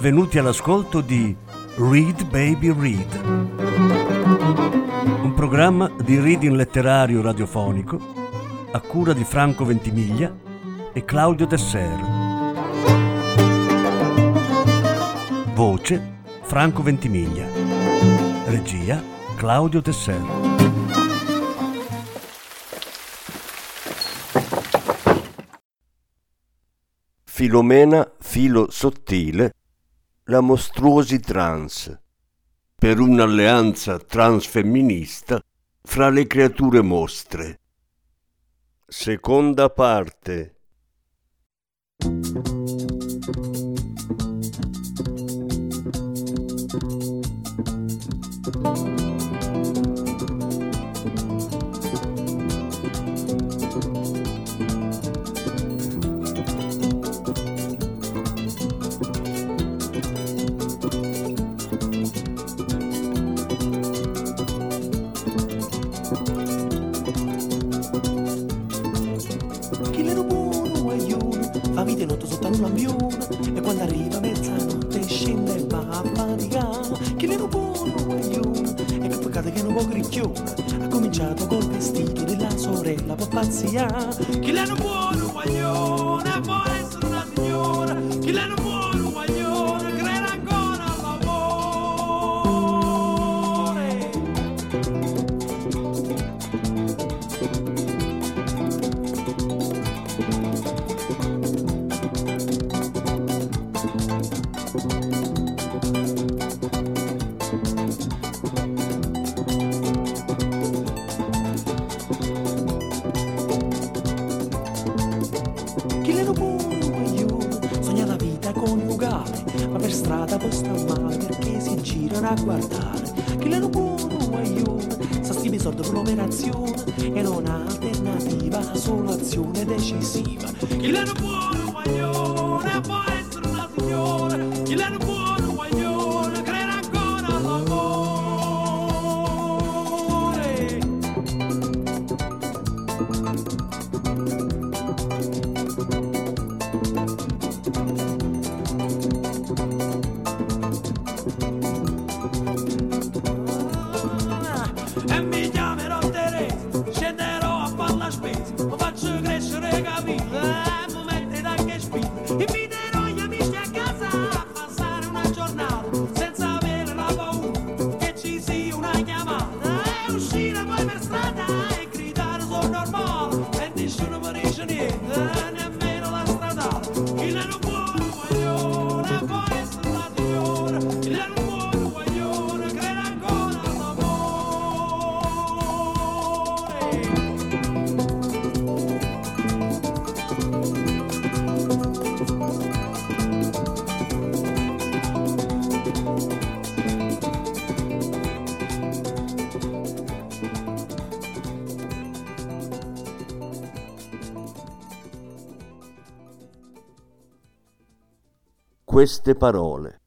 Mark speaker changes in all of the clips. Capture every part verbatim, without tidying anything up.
Speaker 1: benvenuti all'ascolto di Read Baby Read, un programma di reading letterario radiofonico a cura di Franco Ventimiglia e Claudio Desser. Voce Franco Ventimiglia. Regia Claudio Desser.
Speaker 2: Filomena Filo Sottile, la mostruosi trans, per un'alleanza transfemminista fra le creature mostre. Seconda parte.
Speaker 3: E quando arriva mezzanotte scende e va a faticare. Chi le non buono guaglione, e che peccato che non può gricchione. Ha cominciato col vestito della sorella per pazziare. Chi le non buono guaglione, può essere una signora. Chi le non buono guaglione, crede ancora all'amore. A guardare chi le non buono guaglione sa sti soldi per l'operazione e non ha alternativa, solo azione decisiva. Chi le non buono guaglione può essere una signora. Chi le non buono guaglione crede ancora all'amore.
Speaker 2: Queste parole.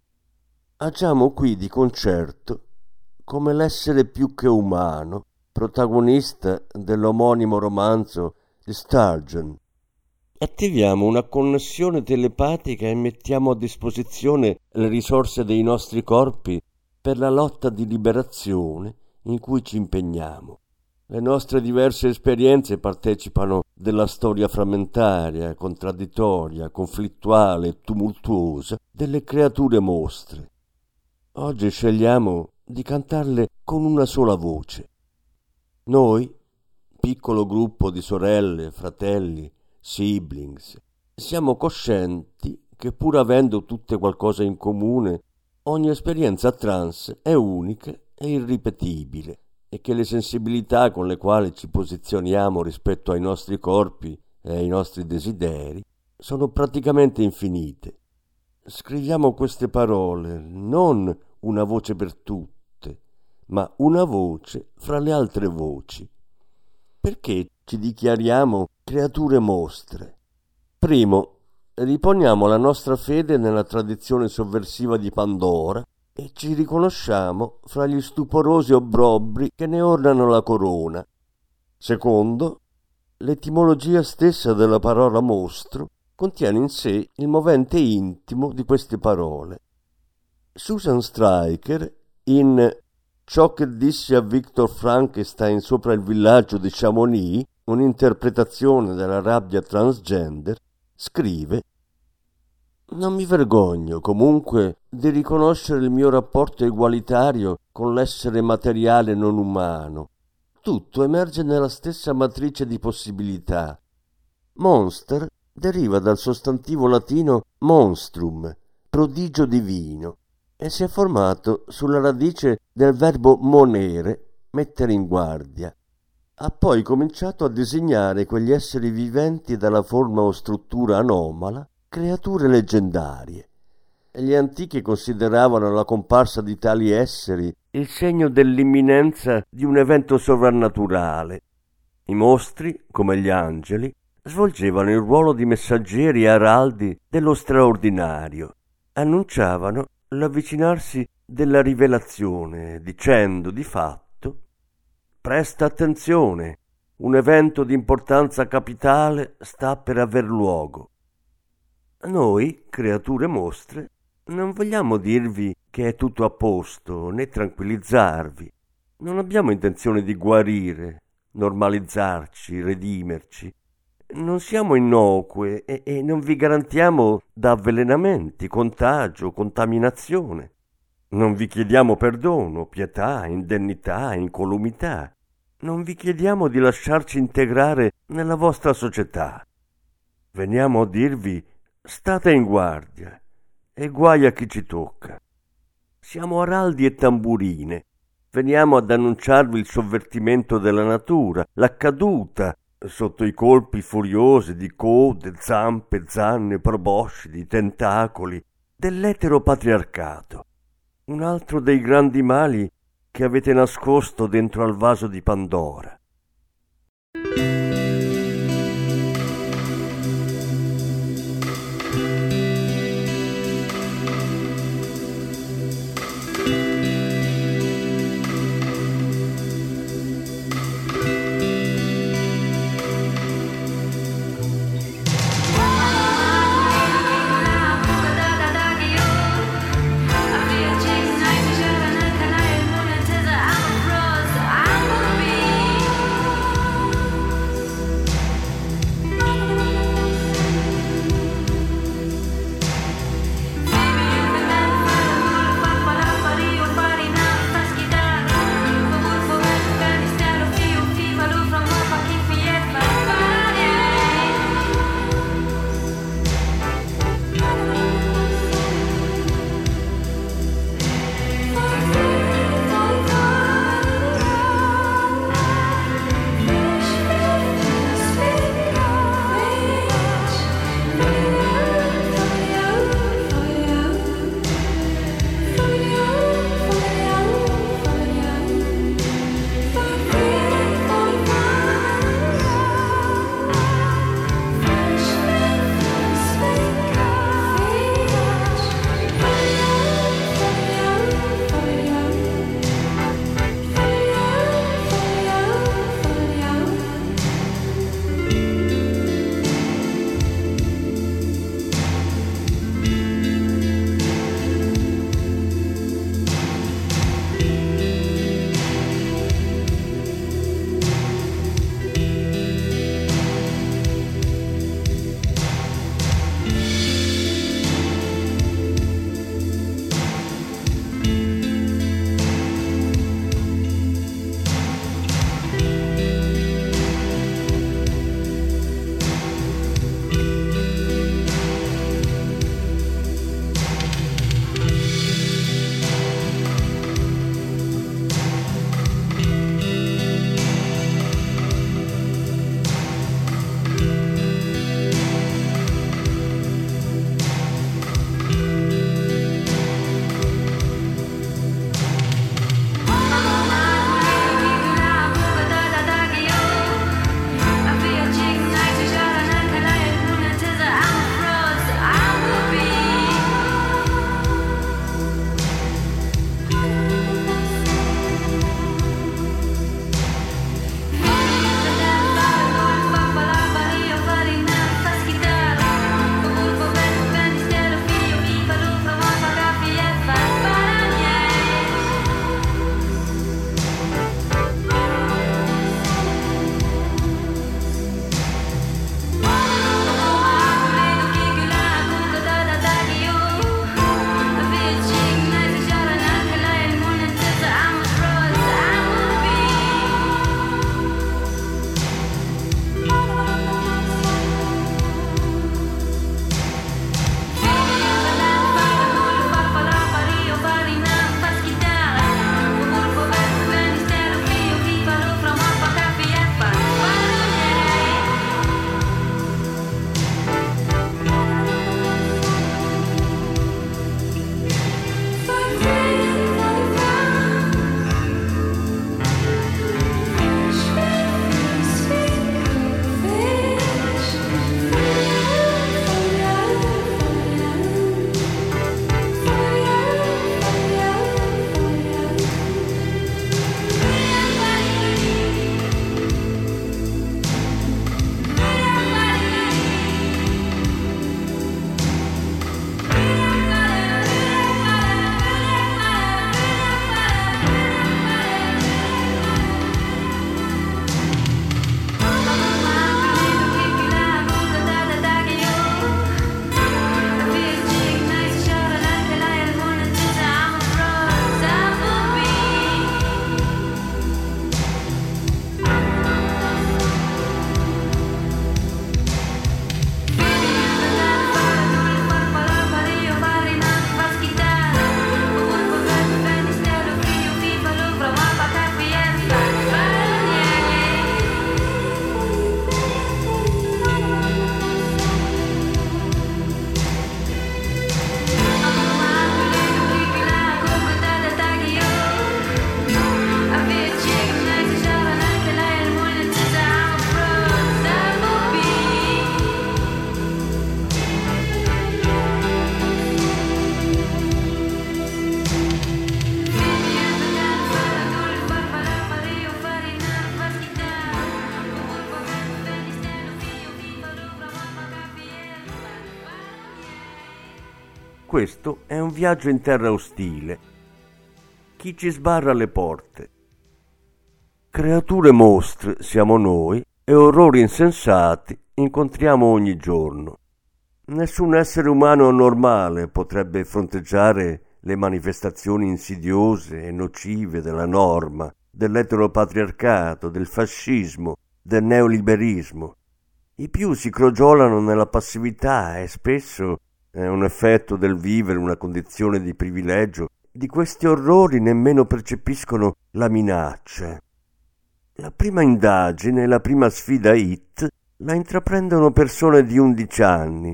Speaker 2: Agiamo qui di concerto come l'essere più che umano, protagonista dell'omonimo romanzo di Sturgeon. Attiviamo una connessione telepatica e mettiamo a disposizione le risorse dei nostri corpi per la lotta di liberazione in cui ci impegniamo. Le nostre diverse esperienze partecipano della storia frammentaria, contraddittoria, conflittuale e tumultuosa delle creature mostre. Oggi scegliamo di cantarle con una sola voce. Noi, piccolo gruppo di sorelle, fratelli, siblings, siamo coscienti che pur avendo tutte qualcosa in comune, ogni esperienza trans è unica e irripetibile, e che le sensibilità con le quali ci posizioniamo rispetto ai nostri corpi e ai nostri desideri sono praticamente infinite. Scriviamo queste parole non una voce per tutte, ma una voce fra le altre voci. Perché ci dichiariamo creature mostre? Primo, riponiamo la nostra fede nella tradizione sovversiva di Pandora e ci riconosciamo fra gli stuporosi obbrobri che ne ornano la corona. Secondo, l'etimologia stessa della parola mostro contiene in sé il movente intimo di queste parole. Susan Stryker, in Ciò che dissi a Victor Frankenstein sopra il villaggio di Chamonix, un'interpretazione della rabbia transgender, scrive: «Non mi vergogno comunque di riconoscere il mio rapporto egualitario con l'essere materiale non umano. Tutto emerge nella stessa matrice di possibilità. Monster deriva dal sostantivo latino monstrum, prodigio divino, e si è formato sulla radice del verbo monere, mettere in guardia. Ha poi cominciato a disegnare quegli esseri viventi dalla forma o struttura anomala, creature leggendarie. Gli antichi consideravano la comparsa di tali esseri il segno dell'imminenza di un evento sovrannaturale. I mostri, come gli angeli, svolgevano il ruolo di messaggeri e araldi dello straordinario. Annunciavano l'avvicinarsi della rivelazione, dicendo di fatto: «Presta attenzione, un evento di importanza capitale sta per aver luogo». Noi, creature mostre, non vogliamo dirvi che è tutto a posto, né tranquillizzarvi. Non abbiamo intenzione di guarire, normalizzarci, redimerci. Non siamo innocue e, e non vi garantiamo da avvelenamenti, contagio, contaminazione. Non vi chiediamo perdono, pietà, indennità, incolumità. Non vi chiediamo di lasciarci integrare nella vostra società. Veniamo a dirvi: state in guardia e guai a chi ci tocca. Siamo araldi e tamburine. Veniamo ad annunciarvi il sovvertimento della natura, la caduta sotto i colpi furiosi di code, zampe, zanne, proboscidi, tentacoli dell'eteropatriarcato. Un altro dei grandi mali che avete nascosto dentro al vaso di Pandora. questo è un viaggio in terra ostile. Chi ci sbarra alle porte? Creature mostre siamo noi e orrori insensati incontriamo ogni giorno. Nessun essere umano normale potrebbe fronteggiare le manifestazioni insidiose e nocive della norma, dell'eteropatriarcato, del fascismo, del neoliberismo. I più si crogiolano nella passività e spesso è un effetto del vivere una condizione di privilegio. Di questi orrori nemmeno percepiscono la minaccia. La prima indagine, la prima sfida hit, la intraprendono persone di undici anni,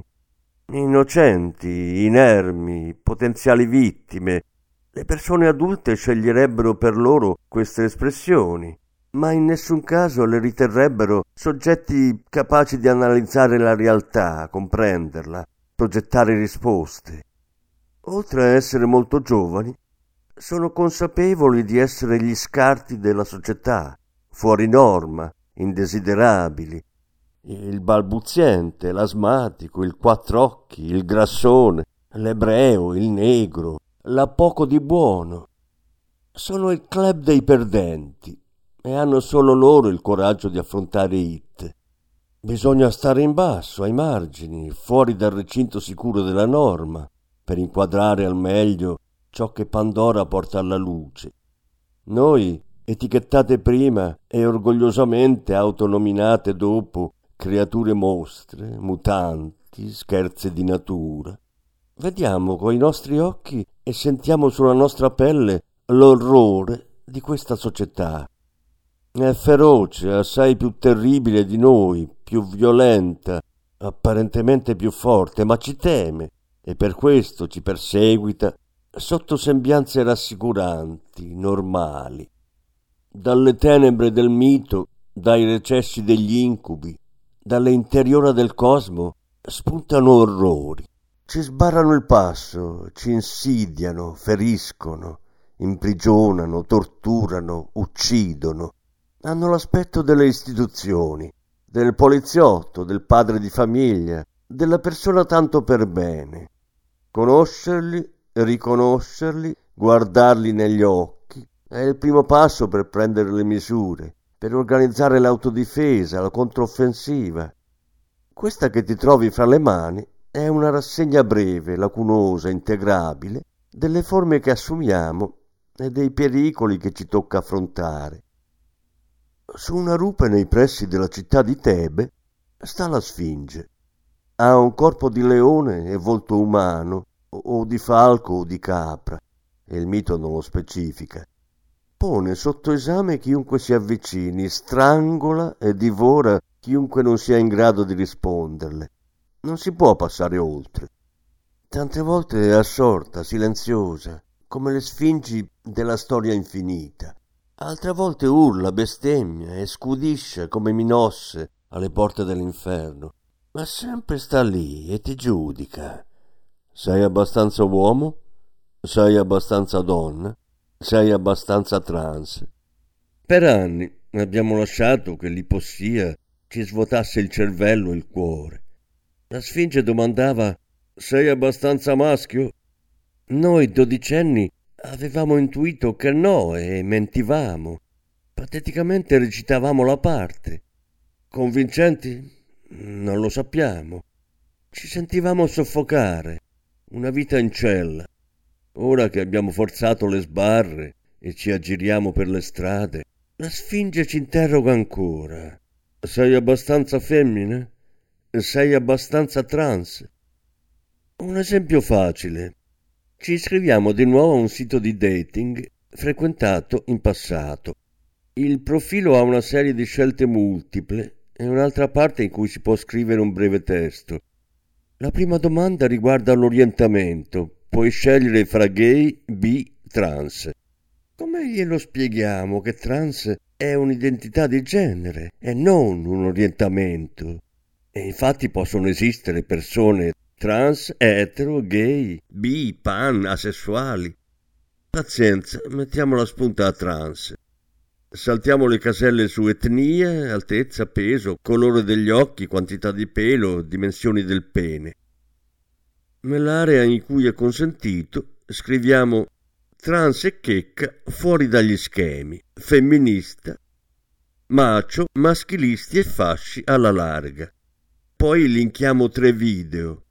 Speaker 2: innocenti, inermi, potenziali vittime. Le persone adulte sceglierebbero per loro queste espressioni, ma in nessun caso le riterrebbero soggetti capaci di analizzare la realtà, comprenderla, progettare risposte. Oltre a essere molto giovani, sono consapevoli di essere gli scarti della società, fuori norma, indesiderabili. Il balbuziente, l'asmatico, il quattr'occhi, il grassone, l'ebreo, il negro, l'ha poco di buono. Sono il club dei perdenti e hanno solo loro il coraggio di affrontare It. Bisogna stare in basso, ai margini, fuori dal recinto sicuro della norma, per inquadrare al meglio ciò che Pandora porta alla luce. Noi, etichettate prima e orgogliosamente autonominate dopo, creature mostre, mutanti, scherze di natura, vediamo coi nostri occhi e sentiamo sulla nostra pelle l'orrore di questa società. È feroce, assai più terribile di noi, più violenta, apparentemente più forte, ma ci teme e per questo ci perseguita sotto sembianze rassicuranti, normali. Dalle tenebre del mito, dai recessi degli incubi, dalle interiora del cosmo spuntano orrori. Ci sbarrano il passo, ci insidiano, feriscono, imprigionano, torturano, uccidono. Hanno l'aspetto delle istituzioni, del poliziotto, del padre di famiglia, della persona tanto per bene. Conoscerli, riconoscerli, guardarli negli occhi è il primo passo per prendere le misure, per organizzare l'autodifesa, la controffensiva. Questa che ti trovi fra le mani è una rassegna breve, lacunosa, integrabile, delle forme che assumiamo e dei pericoli che ci tocca affrontare. Su una rupe nei pressi della città di Tebe sta la Sfinge. Ha un corpo di leone e volto umano, o di falco o di capra, e il mito non lo specifica. Pone sotto esame chiunque si avvicini, strangola e divora chiunque non sia in grado di risponderle. Non si può passare oltre. Tante volte è assorta, silenziosa, come le sfingi della storia infinita. Altre volte urla, bestemmia e scudisce come Minosse alle porte dell'inferno. Ma sempre sta lì e ti giudica. Sei abbastanza uomo? Sei abbastanza donna? Sei abbastanza trans? Per anni abbiamo lasciato che l'ipossia ci svuotasse il cervello e il cuore. La Sfinge domandava: sei abbastanza maschio? Noi dodicenni avevamo intuito che no e mentivamo. Pateticamente recitavamo la parte. Convincenti? Non lo sappiamo. Ci sentivamo soffocare. Una vita in cella. Ora che abbiamo forzato le sbarre e ci aggiriamo per le strade, la Sfinge ci interroga ancora. Sei abbastanza femmina? Sei abbastanza trans? Un esempio facile. Ci iscriviamo di nuovo a un sito di dating frequentato in passato. Il profilo ha una serie di scelte multiple e un'altra parte in cui si può scrivere un breve testo. La prima domanda riguarda l'orientamento. Puoi scegliere fra gay, bi, trans. Come glielo spieghiamo che trans è un'identità di genere e non un orientamento? E infatti possono esistere persone trans, etero, gay, bi, pan, asessuali. Pazienza, mettiamo la spunta a trans. Saltiamo le caselle su etnia, altezza, peso, colore degli occhi, quantità di pelo, dimensioni del pene. Nell'area in cui è consentito scriviamo trans e checca fuori dagli schemi, femminista, macio, maschilisti e fasci alla larga. Poi linkiamo tre video: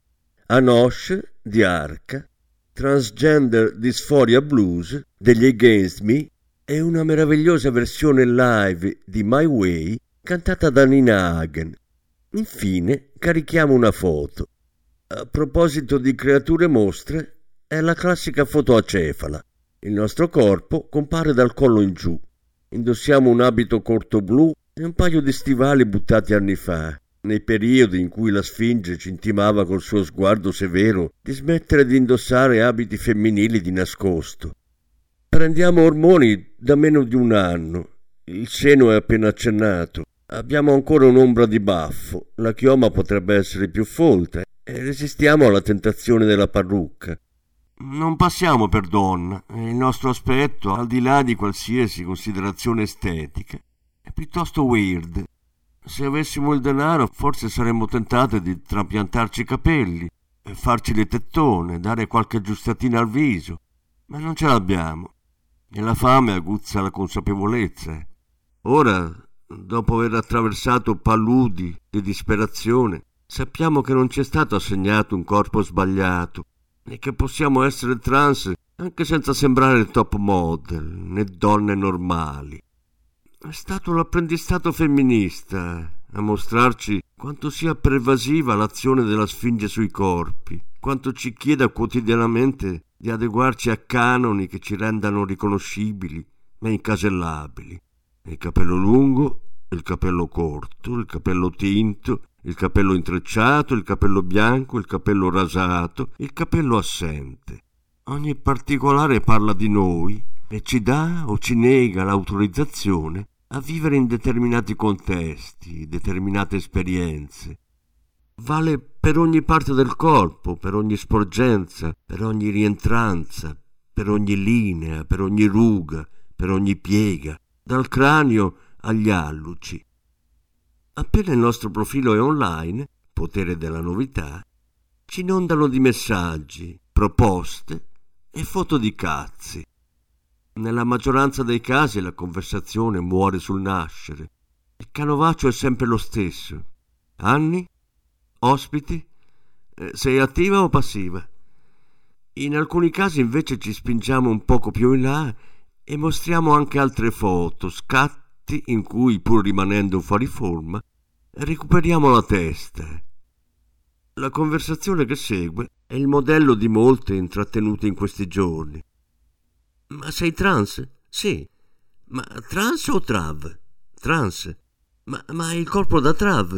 Speaker 2: Anosh di Arca, Transgender Dysphoria Blues degli Against Me e una meravigliosa versione live di My Way cantata da Nina Hagen. Infine carichiamo una foto. A proposito di creature mostre, è la classica foto acefala. Il nostro corpo compare dal collo in giù. Indossiamo un abito corto blu e un paio di stivali buttati anni fa, nei periodi in cui la Sfinge ci intimava col suo sguardo severo di smettere di indossare abiti femminili di nascosto. Prendiamo ormoni da meno di un anno. Il seno è appena accennato. Abbiamo ancora un'ombra di baffo. La chioma potrebbe essere più folta e resistiamo alla tentazione della parrucca. Non passiamo per donna. Il nostro aspetto, al di là di qualsiasi considerazione estetica, è piuttosto weird. Se avessimo il denaro, forse saremmo tentate di trapiantarci i capelli, farci le tettone, dare qualche aggiustatina al viso, ma non ce l'abbiamo. E la fame aguzza la consapevolezza. Ora, dopo aver attraversato paludi di disperazione, sappiamo che non ci è stato assegnato un corpo sbagliato e che possiamo essere trans anche senza sembrare top model né donne normali. È stato l'apprendistato femminista a mostrarci quanto sia pervasiva l'azione della Sfinge sui corpi, quanto ci chieda quotidianamente di adeguarci a canoni che ci rendano riconoscibili ma incasellabili. Il capello lungo, il capello corto, il capello tinto, il capello intrecciato, il capello bianco, il capello rasato, il capello assente. Ogni particolare parla di noi e ci dà o ci nega l'autorizzazione a vivere in determinati contesti, determinate esperienze. Vale per ogni parte del corpo, per ogni sporgenza, per ogni rientranza, per ogni linea, per ogni ruga, per ogni piega, dal cranio agli alluci. Appena il nostro profilo è online, potere della novità, ci inondano di messaggi, proposte e foto di cazzi. Nella maggioranza dei casi la conversazione muore sul nascere. Il canovaccio è sempre lo stesso. Anni? Ospiti? Eh, sei attiva o passiva? In alcuni casi invece ci spingiamo un poco più in là e mostriamo anche altre foto, scatti in cui, pur rimanendo fuori forma, recuperiamo la testa. La conversazione che segue è il modello di molte intrattenute in questi giorni. Ma sei trans? Sì. Ma trans o trav? Trans. Ma, ma il corpo da trav?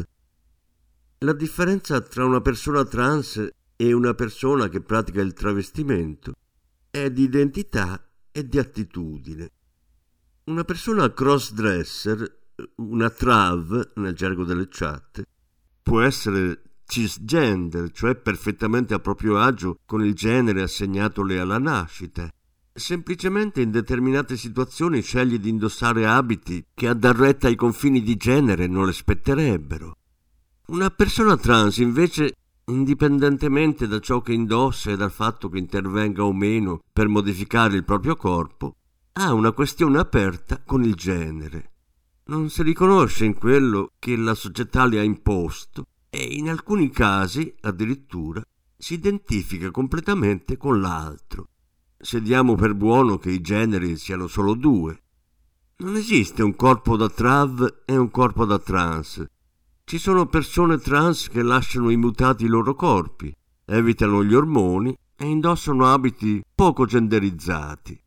Speaker 2: La differenza tra una persona trans e una persona che pratica il travestimento è di identità e di attitudine. Una persona cross-dresser, una trav nel gergo delle chat, può essere cisgender, cioè perfettamente a proprio agio con il genere assegnatole alla nascita. Semplicemente in determinate situazioni sceglie di indossare abiti che a dar retta ai confini di genere non le spetterebbero. Una persona trans invece, indipendentemente da ciò che indossa e dal fatto che intervenga o meno per modificare il proprio corpo, ha una questione aperta con il genere. Non si riconosce in quello che la società le ha imposto e in alcuni casi, addirittura, si identifica completamente con l'altro. Se diamo per buono che i generi siano solo due. Non esiste un corpo da trav e un corpo da trans. Ci sono persone trans che lasciano immutati i loro corpi, evitano gli ormoni e indossano abiti poco genderizzati.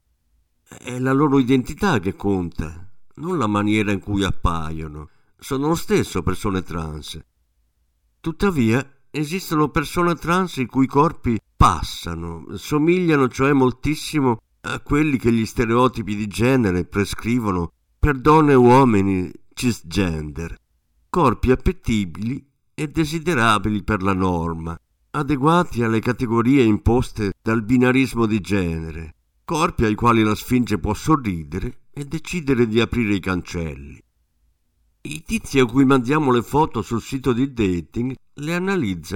Speaker 2: È la loro identità che conta, non la maniera in cui appaiono. Sono lo stesso persone trans. Tuttavia, esistono persone trans i cui corpi passano, somigliano cioè moltissimo a quelli che gli stereotipi di genere prescrivono per donne e uomini cisgender. Corpi appetibili e desiderabili per la norma, adeguati alle categorie imposte dal binarismo di genere, corpi ai quali la Sfinge può sorridere e decidere di aprire i cancelli. I tizi a cui mandiamo le foto sul sito di dating le analizzano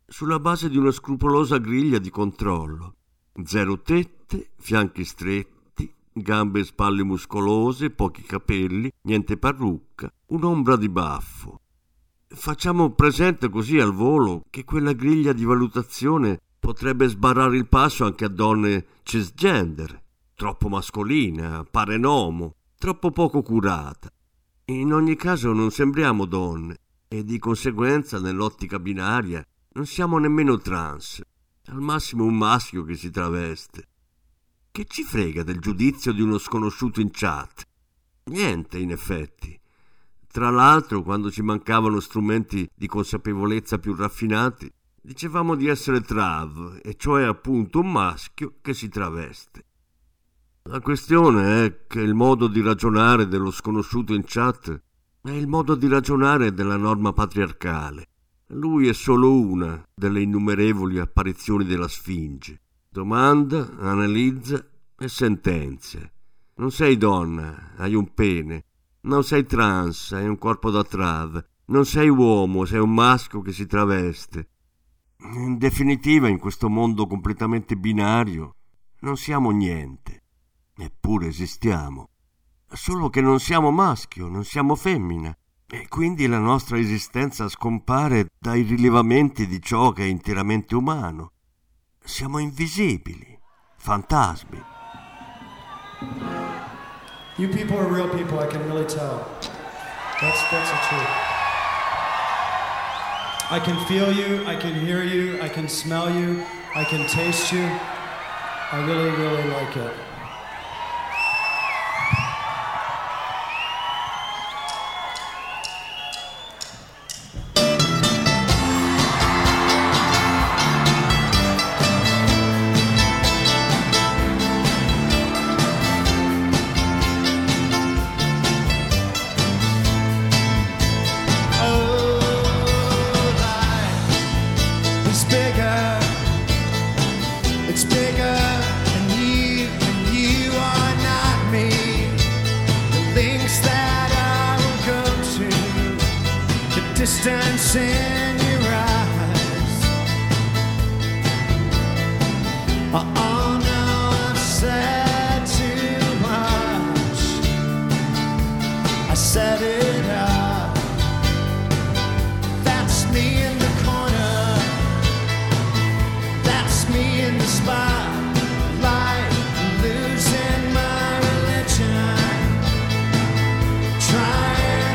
Speaker 2: sulla base di una scrupolosa griglia di controllo. Zero tette, fianchi stretti, gambe e spalle muscolose, pochi capelli, niente parrucca, un'ombra di baffo. Facciamo presente così al volo che quella griglia di valutazione potrebbe sbarrare il passo anche a donne cisgender, troppo mascolina, parenomo, troppo poco curata. In ogni caso non sembriamo donne e di conseguenza nell'ottica binaria non siamo nemmeno trans, al massimo un maschio che si traveste. Che ci frega del giudizio di uno sconosciuto in chat? Niente, in effetti. Tra l'altro, quando ci mancavano strumenti di consapevolezza più raffinati, dicevamo di essere trav, e cioè appunto un maschio che si traveste. La questione è che il modo di ragionare dello sconosciuto in chat è il modo di ragionare della norma patriarcale. Lui è solo una delle innumerevoli apparizioni della Sfinge. Domanda, analizza e sentenzia. Non sei donna, hai un pene. Non sei trans, hai un corpo da trav. Non sei uomo, sei un maschio che si traveste. In definitiva, in questo mondo completamente binario, non siamo niente. Eppure esistiamo. Solo che non siamo maschio, non siamo femmina. E quindi la nostra esistenza scompare dai rilevamenti di ciò che è interamente umano. Siamo invisibili, fantasmi.
Speaker 4: You people are real people, I can really tell. That's, that's the truth. I can feel you, I can hear you, I can smell you, I can taste you. I really, really like it.
Speaker 5: Distance in your eyes. Oh no, I've said too much. I said it up. That's me in the corner. That's me in the spotlight, losing my religion. Trying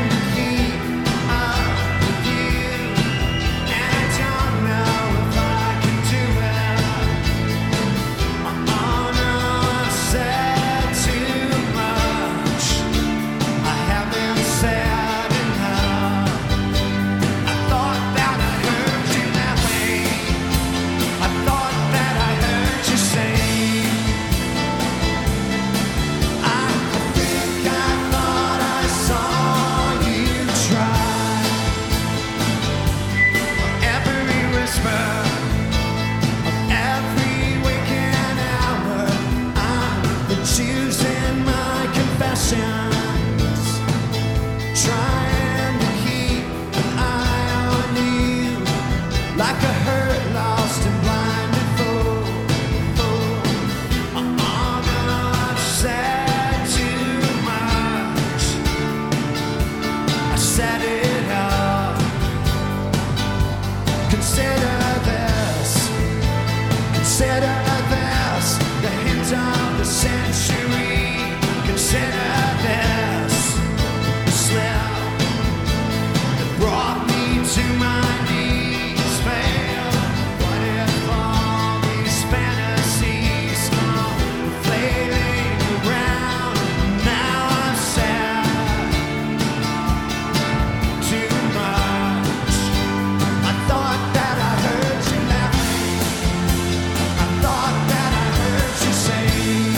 Speaker 5: trying to keep an eye on you, like a hurt, lost and blinded fool. Oh, no, I've said too much. I said it all. Consider this, consider this, the hint of the century. Consider this, the slip that brought me to my knees. Fail. What if all these fantasies come flailing around? Now I'm sad, too much. I thought that I heard you laughing. I thought that I heard you say.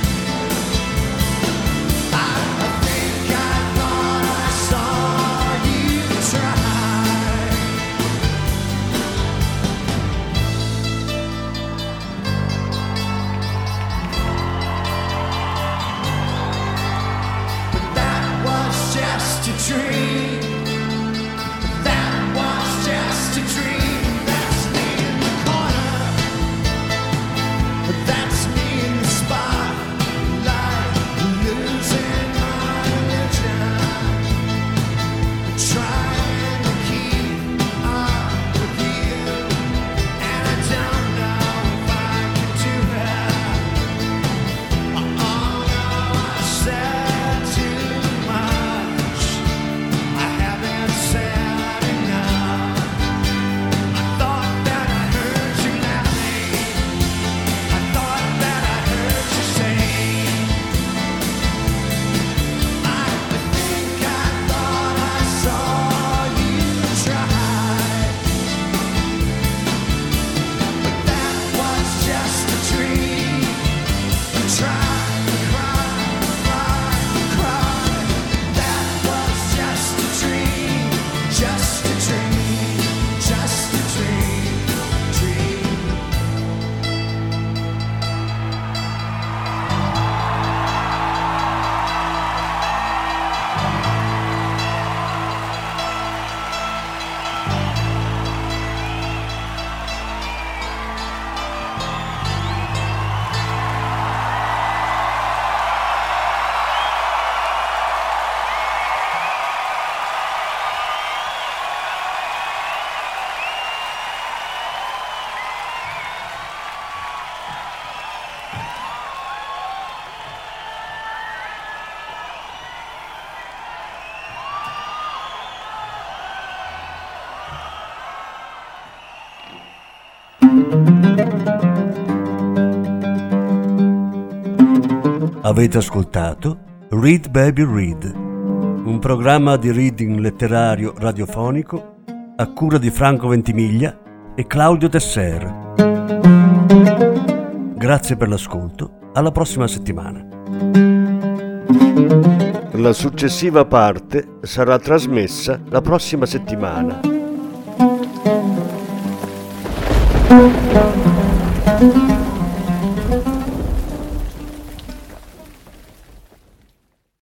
Speaker 5: A dream, that was just a dream. That's me.
Speaker 1: Avete ascoltato Read Baby Read, un programma di reading letterario radiofonico a cura di Franco Ventimiglia e Claudio Tesser. Grazie per l'ascolto, alla prossima settimana.
Speaker 2: La successiva parte sarà trasmessa la prossima settimana.